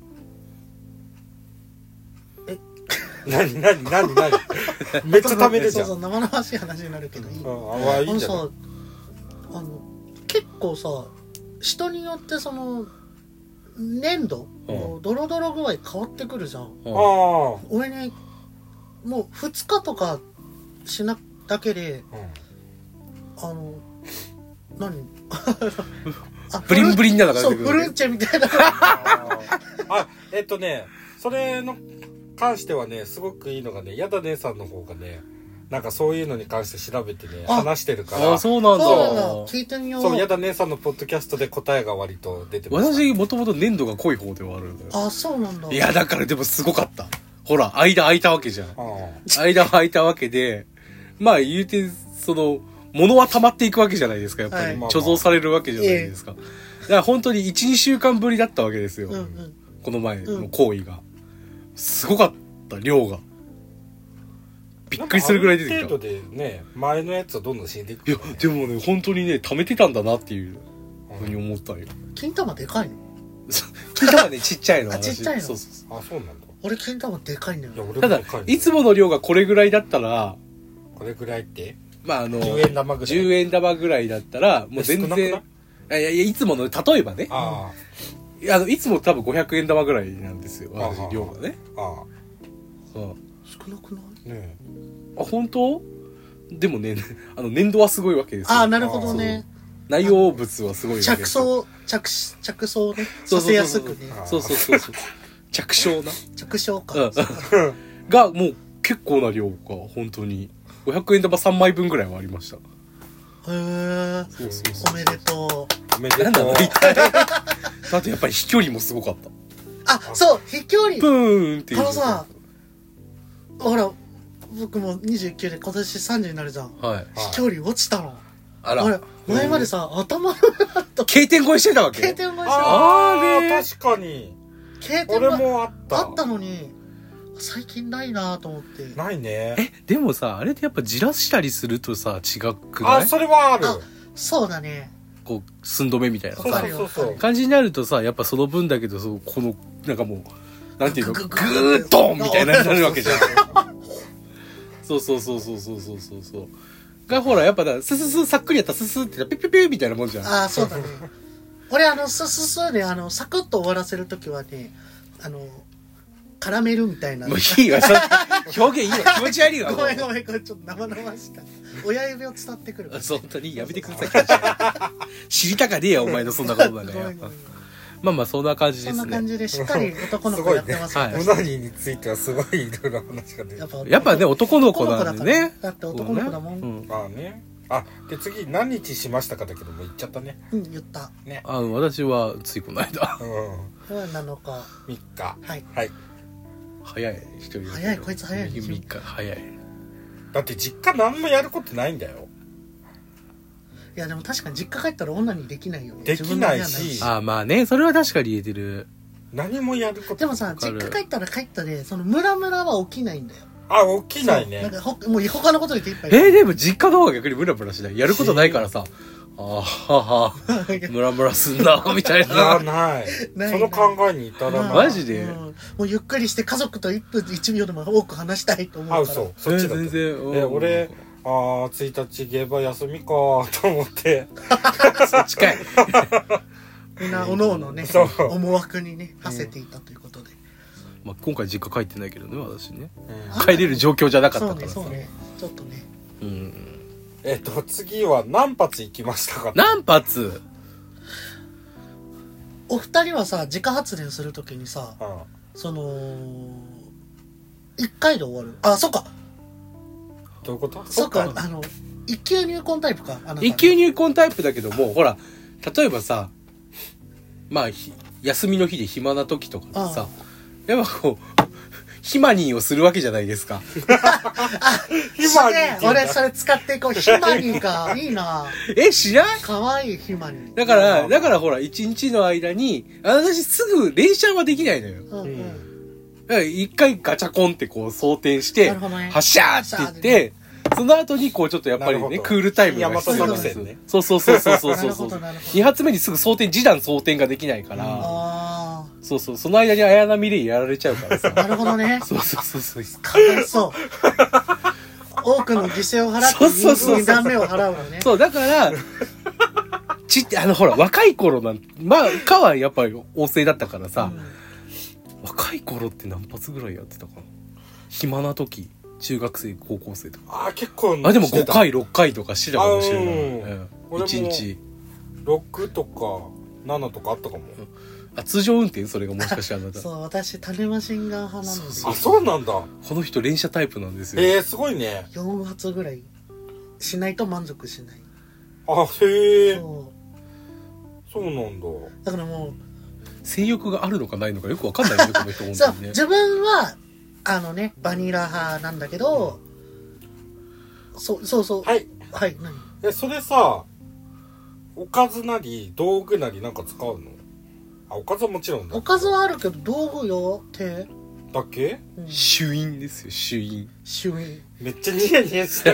何何何何めっちゃ食べるじゃん。 そうそう、生々しい話になるけどいい。 ああいいんじゃない。 あのさ、あの、結構さ、人によってその、粘土、 うんドロドロ具合変わってくるじゃん。 うんあ俺ね、もうふつかとかしなだけで、 あ、うん、 あの、何あブリンブリンなのが出そう、 てくるねフルンチェみたいな。 ああえっとねそれの関してはねすごくいいのがねやだ姉さんの方がねなんかそういうのに関して調べてねあ話してるからあ、そうなんだ。 そうなんだ。聞いてみよう。 そうやだ姉さんのポッドキャストで答えが割と出てます。 私、もともと粘土が濃い方ではあるんだよ。 あ、そうなんだ。 いや、だからでもすごかった。ほら、間空いたわけじゃん。 あ間空いたわけで、まあ言うて、その、物は溜まっていくわけじゃないですか、やっぱり。 はい貯蔵されるわけじゃないですか。だから本当にいち、にしゅうかんぶりだったわけですよ。 うんうん。 この前の行為が。すごかった、量が。びっくりするぐらい出てきた。 ある程度でね前のやつはどんどん死んでいくいやからね、 でもね、本当にね、溜めてたんだなっていうふうに思ったんよ。 金玉でかいの？ 金玉ね、ちっちゃいの。 あちっちゃいのそうそうそう。 あそうなんだ。 俺金玉でかいんだよ。 いや俺ただもでかい、 いつもの量がこれぐらいだったら、 これぐらいってまああの、 じゅうえん玉ぐらいじゅうえん玉ぐらいだったら、もう全少なく然、 ないいやいや、いつもの、例えばね、 あいやあの、いつも多分ごひゃくえん玉ぐらいなんですよ、私ああ、 量がね。 ああうん少なくない？ あねあ、本当？でもね、あの、粘土はすごいわけですよ。 ああ、なるほどね。 内容物はすごいわけ着ですよ。 想、着、着想ね。 そうそうそうさせやすくね。 そうそうそうそう。着想な。 着想か。 うん。が、もう結構な量が、本当に。ごひゃくえん玉さんまいぶんぐらいはありました。 へえ。 そうそうそう。 おめでとう。 おめでとうなんだろう、一体。あとやっぱり飛距離もすごかった。 あ、そう、飛距離プ。ーンっていう。 あのさ、ほら、僕もにじゅうきゅうで今年さんじゅうになるじゃん。 はい。 飛距離落ちたの。 あら。 俺、前までさ、頭のと、 K 点超えしてたわけ経点越えしたああーねあ確かに経点が俺もあったあったのに、最近ないなと思って。 ないねえ、でもさ、あれってやっぱじらしたりするとさ、違くないあそれはあるあそうだね。 こう、寸止めみたいなそうさわかるよそうそう感じになるとさ、やっぱその分だけど、そうこの、なんかもう、なんていうの、ググググーッドンみたいなになるわけじゃん。そうそうそうそうそうそうそうそう。が、ほら、やっぱだ、ススス、さっくりやったらススってやったらピュピュピュみたいなもんじゃん。 ああ、そうだね。俺、あの、スススで、あの、サクッと終わらせるときはね、あの、カラメルみたいな。 もういいわ、そ表現いいわ、気持ち悪いわ。 ごめんごめん、これちょっと生々しかった。親指を伝ってくる。 あそう、本当にやめてください気持ち悪い。知りたかねえよ、お前のそんなことだねごめんごめんごめん。 まあまあ、そんな感じですね。 そんな感じでしっかり男の子やってますはいオナニーについてはすごいいろいろ話が出てやっぱやっぱね、男の子なんでね。 だって男の子だもん。 ううん、 ん。 まあねあで次何日しましたかだけども言っちゃったね言った。 ねあの、私はついこの間。 うんうん、なのか。 みっかはい。 はい早い、一人で。 早いこいつ早いみっか、早い。 だって実家何もやることないんだよいや、でも確かに実家帰ったら女にできないよね。 できないし自分の部屋ああ、まあね、それは確かに言えてる。 何もやることでもさ、 わかる実家帰ったら帰ったで、そのムラムラは起きないんだよ。 あ起きないねそうなんかほもう他のことで手いっぱい。 えー、でも実家の方が逆にムラムラしない。やることないからさ、ああ、はは、ムラムラすんな、みたいいやな。 ないないその考えに至らないマジでうんもうゆっくりして家族といっぷんいちびょうでも多く話したいと思うから。 あ嘘そっちだった全然うんえ俺あーついたちゲーバー休みかと思ってそっちかい。 みんなおのおのねそう思惑にね馳せていたということで。 まあ、今回実家帰ってないけどね私ね、 うん、 帰れる状況じゃなかったからさ。 そうねそうねちょっとね。 うん。 えっと次は何発行きましたか？ 何発？ お二人はさ自家発電するときにさ、 うん、 その一回で終わる。あ、そっか。 どういうこと？ そっか、あの一級入魂タイプか。あなた一級入魂タイプだけども、ほら例えばさ、まあ休みの日で暇な時とかってさ、やっぱこうヒマニーをするわけじゃないですか。 ヒマニーって言うんだ。 俺それ使っていこう。ヒマニーか。いいな。 え、しない？ かわいいヒマニー。 だから、だからほら、一日の間に、私すぐ連射はできないのよ。 うんうん。 だから一回ガチャコンってこう装填して、 なるほどね、 発射って言って、その後にこうちょっとやっぱりね、クールタイムが必要なんですよ。 ね、 そうそうそうそうそうそうそう。 なるほどなるほど。 二発目にすぐ装填、示弾装填ができないから、 あそうそう、その間に綾波レイやられちゃうからさ。 なるほどね。 そうそうそうそう。 かわいそう。多くの犠牲を払ってそうそうそうそうに段目を払うのね。 そう、だから、ちって、あのほら、若い頃なん、まあ、かはやっぱり旺盛だったからさ、うん、若い頃って何発ぐらいやってたかな。暇な時、中学生、高校生とか。 あ、結構。 あ、でもごかい、ろっかいとかしてたかもしれない。うん、いちにち。 ろくとかななとかあったかも。うん、 あ、通常運転それがもしかしてあなた。 そう、私、種マシンガン派なんですよ。 あ、そうなんだ。 この人連射タイプなんですよ。 えー、すごいね。 よん発ぐらいしないと満足しない。 あ、へえ。 そう。 そうなんだ。 だからもう、 性欲があるのかないのかよくわかんないよね、この人、本当にね。 自分は、あのね、バニラ派なんだけど、うん、そう、そうそう。 はい。 はい、何？ え、それさ、おかずなり、道具なりなんか使うの？あ、おかずはもちろんだ。 おかずはあるけど、道具よ、手。 だけ？ うん、 主因ですよ、主因。 主因。 めっちゃニヤニヤしてる。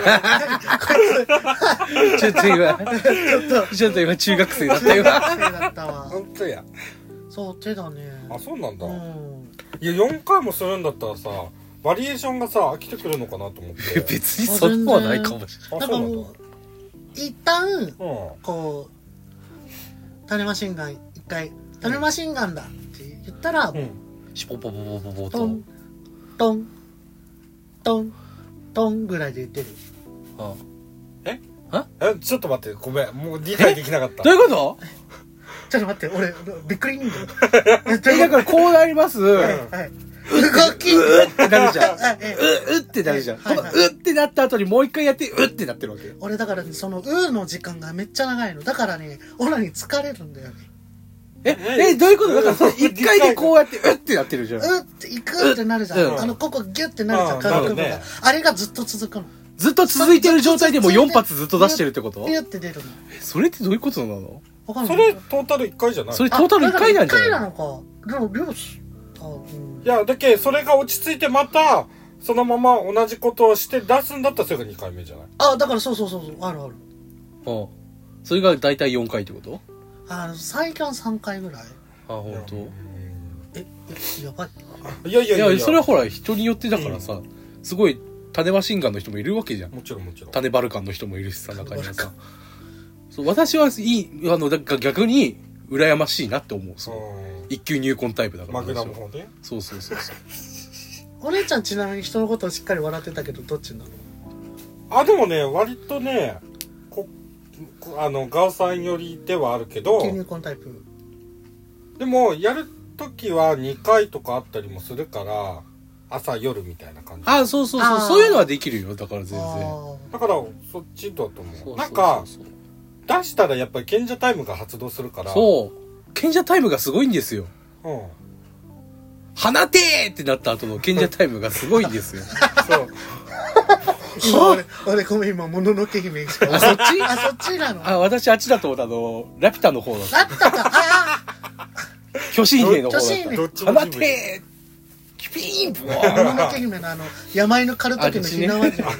ちょっと今、ちょっと、ちょっと今中学生だったよ。 中学生だったわ。 本当や。 そう、手だね。 あ、そうなんだ。 うん、 いや、よんかいもするんだったらさ、バリエーションがさ、飽きてくるのかなと思って。 別にそんなはないかもしれない。 あ、そうなんだ。 一旦、うん、こう、種マシンガン一回、種マシンガンだって言ったら、うん、 シュポポポポポポトン、トン、トン、トンぐらいで言ってる。 ああ、 えあえちょっと待って、ごめん。もう理解できなかった。 どういうこと？ ちょっと待って、俺、びっくり人形。だからこうなります。はい。 はい、動きうってなるじゃん。う、うってなるじゃん。このうってなった後にもう一回やって、うってなってるわけ。 俺だから、ね、そのうの時間がめっちゃ長いの。だからね、オナに疲れるんだよね。 え、え、どういうこと？だからその一回でこうやって、うってなってるじゃん。 うっていくってなるじゃん。うん、あの、ここギュってなるじゃん、感覚が、ね。あれがずっと続くの。 ずっと続いてる状態でもよん発ずっと出してるってこと？ ビュって出るの。 え、それってどういうことなの？ わかんない。それトータルいっかいじゃない？ それトータルいっかいなんじゃない？ いっかいなのか。でも、量す、あ、うん。 いや、だけそれが落ち着いてまた、そのまま同じことをして出すんだったらそれがにかいめじゃない？ あ、だからそうそうそうそう、あるある。 ああ。それがだいたいよんかいってこと？ あの、最短さんかいぐらい。 あ、ほんと？ え、え、やばい。 いやいやいやいや、 それはほら人によってだからさ、うん、すごい種マシンガンの人もいるわけじゃん。 もちろんもちろん。 種バルカンの人もいるしさ、中にはさ。そう私はいい、あの、だから逆に羨ましいなって思う。そう。一級入魂タイプだから。 マグナム方で？ そうそうそうそう。 お姉ちゃんちなみに人のことをしっかり笑ってたけど、どっちなの？ あ、でもね、割とね、こ、あの、ガオさん寄りではあるけど、 一級入魂タイプ。 でも、やるときはにかいとかあったりもするから、朝夜みたいな感じ。 あ、そうそうそう。そういうのはできるよ。だから全然。 だから、そっちだと思う。そうそうそうそう。なんか、出したらやっぱり賢者タイムが発動するから。 そう。賢者タイムがすごいんですよ。 うん。 放てーってなった後の賢者タイムがすごいんですよ。 そう。 今俺、俺ごめん今、もののけ姫しか。 あ、そっち？ あ、そっちなの？ あ、私あっちだと思った。あの、ラピュタの方だった。 ラピュタか。あ巨神兵の方だった。 巨神兵。 放てーキュピーンブワーもののけ姫のあの、山犬狩る時のひなわじ。放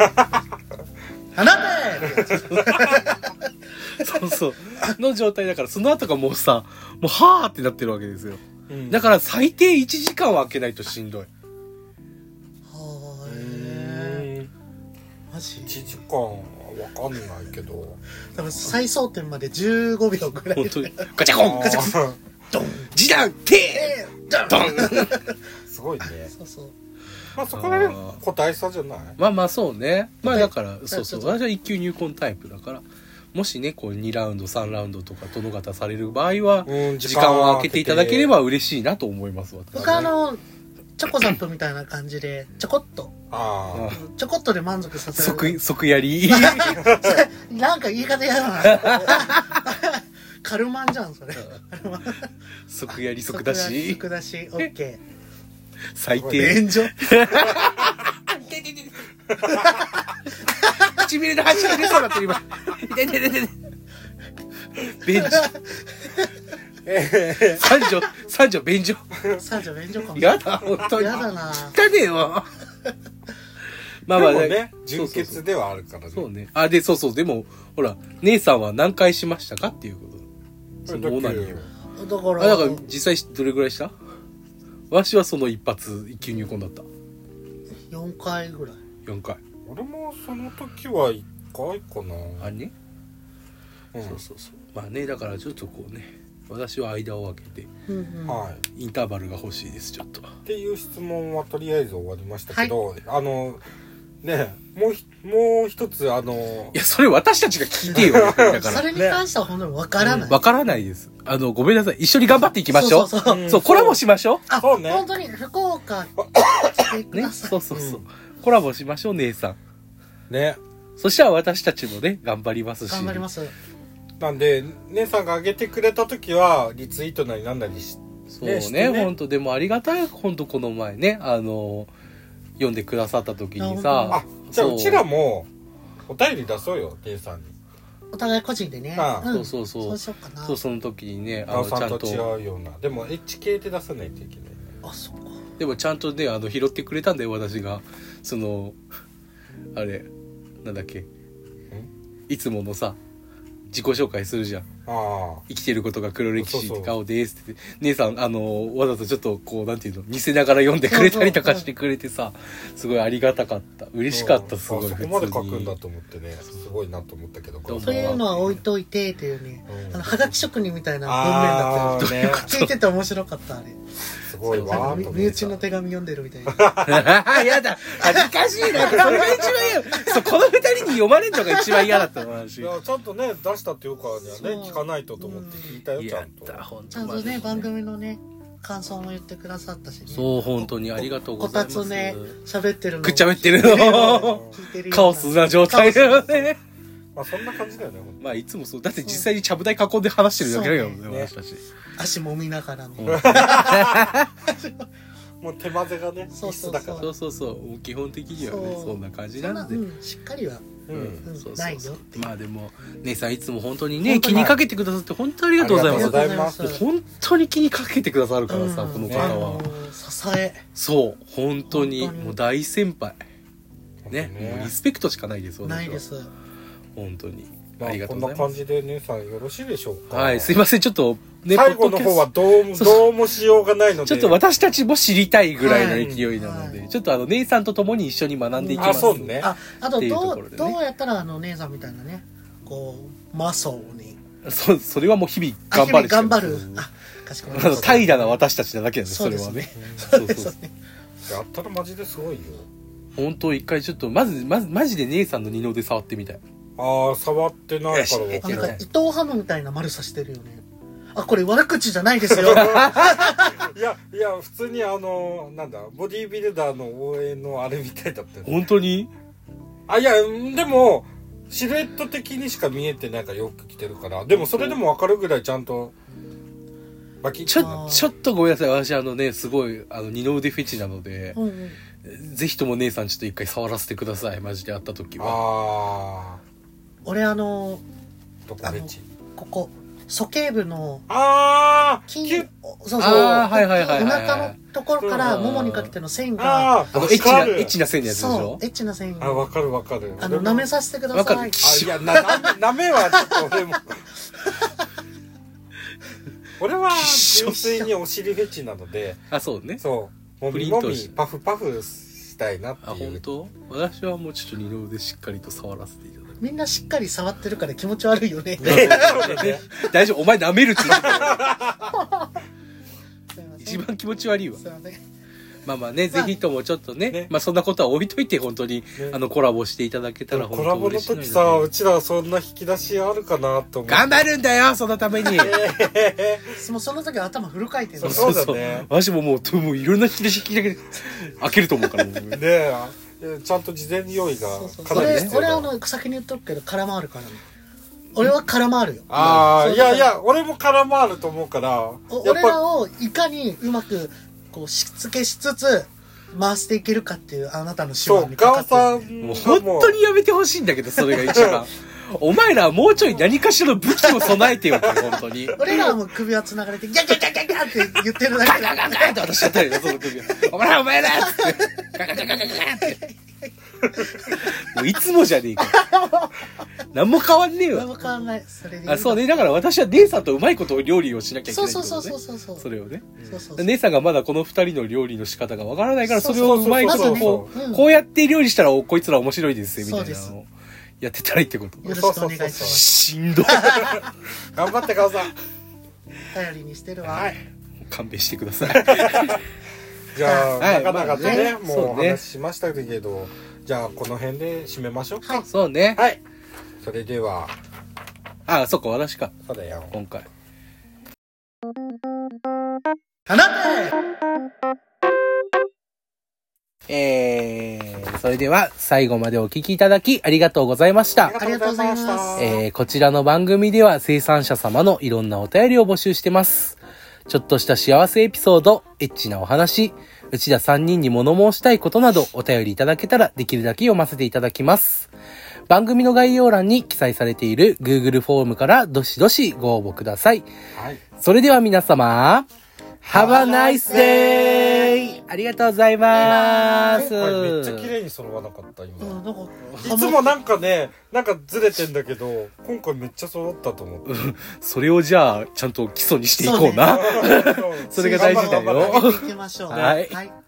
てーそうそう。の状態だから、その後がもうさ、もうはーってなってるわけですよ。うん、だから最低いちじかんは空けないとしんどい。はーえー、マジいちじかんはわかんないけど。 多分最争点までじゅうごびょうぐらい。 本当に。ガチャコンガチャコンドン示弾てードンすごいね。 そうそう。 まあそこら辺個体差じゃない？ まあまあそうね。まあだから、 はいそうそう。 ちょっと私は一級入魂タイプだから、もしね、こうにラウンド、さんラウンドとか殿方される場合は、 うん時間を空けていただければ嬉しいなと思います、私僕あの、チョコザップみたいな感じで、ちょこっと、 あちょこっとで満足させる。 即、即やり。 なんか言い方やだな。カルマンじゃん、それ。 即やり即だし。 即だし、オッケ最ー。 低。 便所。 唇の端が出そうだって今。痛い痛い痛い痛い。便所。三女、三女便所。 三女便所かも。 やだ、本当に。 やだな。 汚ねえわ。まあまあでもね、純潔ではあるからね。 そうね。あ、で、そうそう。でも、ほら、姉さんは何回しましたかっていうこと。そのオナニーを。 だから、 あ、だから実際どれぐらいした？私はその一発、一級入魂だった。 よんかいぐらい。 よんかい。 俺もその時はいっかいかな。 あね、 うん、 そうそうそう。まあね、だからちょっとこうね、私は間を空けて、 うんうん、 はい。 インターバルが欲しいです、ちょっと。 っていう質問はとりあえず終わりましたけど、はい、あの、ね、もうひ、もう一つ、あの、 いや、それ私たちが聞いてよ。だから。 それに関しては本当にわからない。 わ、うん、からないです。あの、ごめんなさい。一緒に頑張っていきましょう。 そうそうそう。 そう、コラボしましょう。 あ、 そうね。 本当に福岡来てくね、 ださい。 そうそうそう、うん。コラボしましょう、姉さん。 ね。 そしたら私たちもね、頑張りますし。 頑張ります。 なんで、姉さんが上げてくれた時は、リツイートなりなんなりし、 そうね、ね本当でもありがたい、本当この前ね、あの、読んでくださった時にさ。 あ、じゃあうちらも、お便り出そうよ、姉さんに。 お互い個人でね。 ああ、うん、そうそうそう。 そうしようかな。 そう、その時にね、 あの、ちゃんと違うような。でも、エッチ系で出さないといけない。 あ、そっか。 でもちゃんとね、あの、拾ってくれたんだよ、私が。その、あれ、なんだっけ。いつものさ、自己紹介するじゃん。 あ生きてることが黒歴史って顔ですって。姉さん、あの、わざとちょっとこう、なんていうの、見せながら読んでくれたりとかしてくれてさ、すごいありがたかった。嬉しかった、すごい。 そこまで書くんだと思ってね、すごいなと思ったけど。 そういうのは置いといてっていうね、うん、あの、はがき職人みたいな文面だったよね。聞いてて面白かった、あれ。 すごいわー。 身内の手紙読んでるみたいな。 やだ、恥ずかしいな。それが一番嫌。そう、この二人に読まれるのが一番嫌だったの、私。 いや、ちゃんとね、出したっていうからにはね、聞かないとと思って聞いたよ、ちゃんと。 ちゃんとね、番組のね、感想も言ってくださったしね。 そう、本当にありがとうございます。 こたつね、喋ってるの。 くっちゃべってるの。カオスな状態だよね。 まあそんな感じだよね。 まあいつもそう。だって実際にちゃぶ台囲んで話してるだけだよね、私たち。 足もみながらね。 もう手混ぜがね、 そうそうそう。 そうそうそう。もう基本的にはね、そんな感じなんで。 しっかりは。うん、ないよって。 まあでも、姉さんいつも本当にね、気にかけてくださって本当にありがとうございます。 ありがとうございます。 本当に気にかけてくださるからさ、この方は。 支え。 そう、本当に、もう大先輩。ね、もうリスペクトしかないです、 ないです。 本当に。 ありがとうございます。こんな感じで姉さんよろしいでしょうか。 はい、すいません、ちょっと、 ね、最後の方はどうも、どうもしようがないので。 ちょっと私たちも知りたいぐらいの勢いなので、ちょっとあの、姉さんと共に一緒に学んでいきます。 あ、そうね。 あ、あと、どう、どうやったらあの、姉さんみたいなね、こう、マソーに。 そう、それはもう日々頑張る。 頑張る。あ、かしこまりました。 怠惰な私たちなだけなんです、それはね。 そうそうそう。 やったらマジですごいよ。 本当一回ちょっと、まず、まず、マジで姉さんの二の腕触ってみたい。 ああ、触ってないから分かなんか、伊藤ハムみたいな丸さしてるよね。あ、これ悪口じゃないですよ。いや、いや、普通にあの、なんだ、ボディービルダーの応援のあれみたいだったよ。 本当に？ あ、いや、でも、シルエット的にしか見えてないからよく着てるから。でもそれでも分かるぐらいちゃんと、 バキッちょ、ちょっとごめんなさい。私あのね、すごい、あの、二の腕フェチなので、うんうん、ぜひとも姉さんちょっと一回触らせてください。マジで会った時は。 ああ。 俺あの、 どこフェチ？ ここ。鼠径部のああ筋そうそうあはいはいはい、 お腹のところからももにかけての線があのエッチなエッチな線のやつでしょ。 そうエッチな線あ分かる分かる。 あの舐めさせてください。 分かる。 あいやな舐めはちょっと俺も俺は純粋にお尻フェチなのであそうねそうもみもみパフパフしたいなっていう。 あ本当？私はもうちょっと二の腕しっかりと触らせていただく。 みんなしっかり触ってるから気持ち悪いよね。 大丈夫、お前舐めるって言ってた。一番気持ち悪いわ。 すいません。 まあまあね、ぜひともちょっとね、 ねまあそんなことは置いといて、本当に、 ねあの、コラボしていただけたら本当コラボの嬉しいのにね。 時さ、うちらそんな引き出しあるかなと思って。 頑張るんだよ、そのために。 もうその時は頭フル回転でそうだね私ももう、もういろんな引き出し引き出し開けると思うから、もうねえ、ちゃんと事前に用意がそうそうかなり俺俺必要だ。 あの先に言っとくけど空回るからね。俺は空回るよ。 ああ、 そういやいや、俺も空回ると思うから、やっお俺らぱ、 をいかにうまくこうしつけしつつ回していけるかっていうあなたの手そう、 腕にかかガオさってるんで。 んもうがもう本当にやめてほしいんだけど、それが一番。お前らはもうちょい何かしらの武器を備えてよって、本当に。 俺らはもう首輪繋がれてギャギャギャギャギャって言ってるだけだから。 ガンって私やったりね、その首は。お前らお前らっつって。ガガガガガガって。もういつもじゃねえか。何も変わんねえ何よ。 も変わんない。それでいい。 あ、そうね。だから私は姉さんとうまいことを料理をしなきゃいけそうないってことね。 そうそうそうそう。 それをね。 そうそうそう。 姉さんがまだこの二人の料理の仕方がわからないから、それをうまいことそうそうそうそうこう、こうやって料理したらこいつら面白いですよ、みたいなそうのをやってたらいいってこと。 よろしくお願いします。 しんどい。 頑張ってガオさん。 頼りにしてるわ。 はい。 勘弁してください。 じゃあ、 はいなかなかとね、 まあねそうねもうお話ししましたけど、じゃあこの辺で締めましょうか。 そうね。 はい。それでは、 あ、そっか、私か。 そうだよ。 今回。 花でえー、それでは最後までお聞きいただきありがとうございました。 ありがとうございますえー、こちらの番組では生産者様のいろんなお便りを募集してます。ちょっとした幸せエピソード、エッチなお話、うちらさんにんに物申したいことなどお便りいただけたらできるだけ読ませていただきます。番組の概要欄に記載されている Google フォームからどしどしご応募ください。 はい。 それでは皆様、Have a nice day! ありがとうございます。 これめっちゃ綺麗に揃わなかった、 うん、 今。 なんか、 いつもなんかね、なんかずれてんだけど、今回めっちゃ揃ったと思って。 それをじゃあ、ちゃんと基礎にしていこうな。それが大事だよ。 頑張っていきましょう。 はいはい。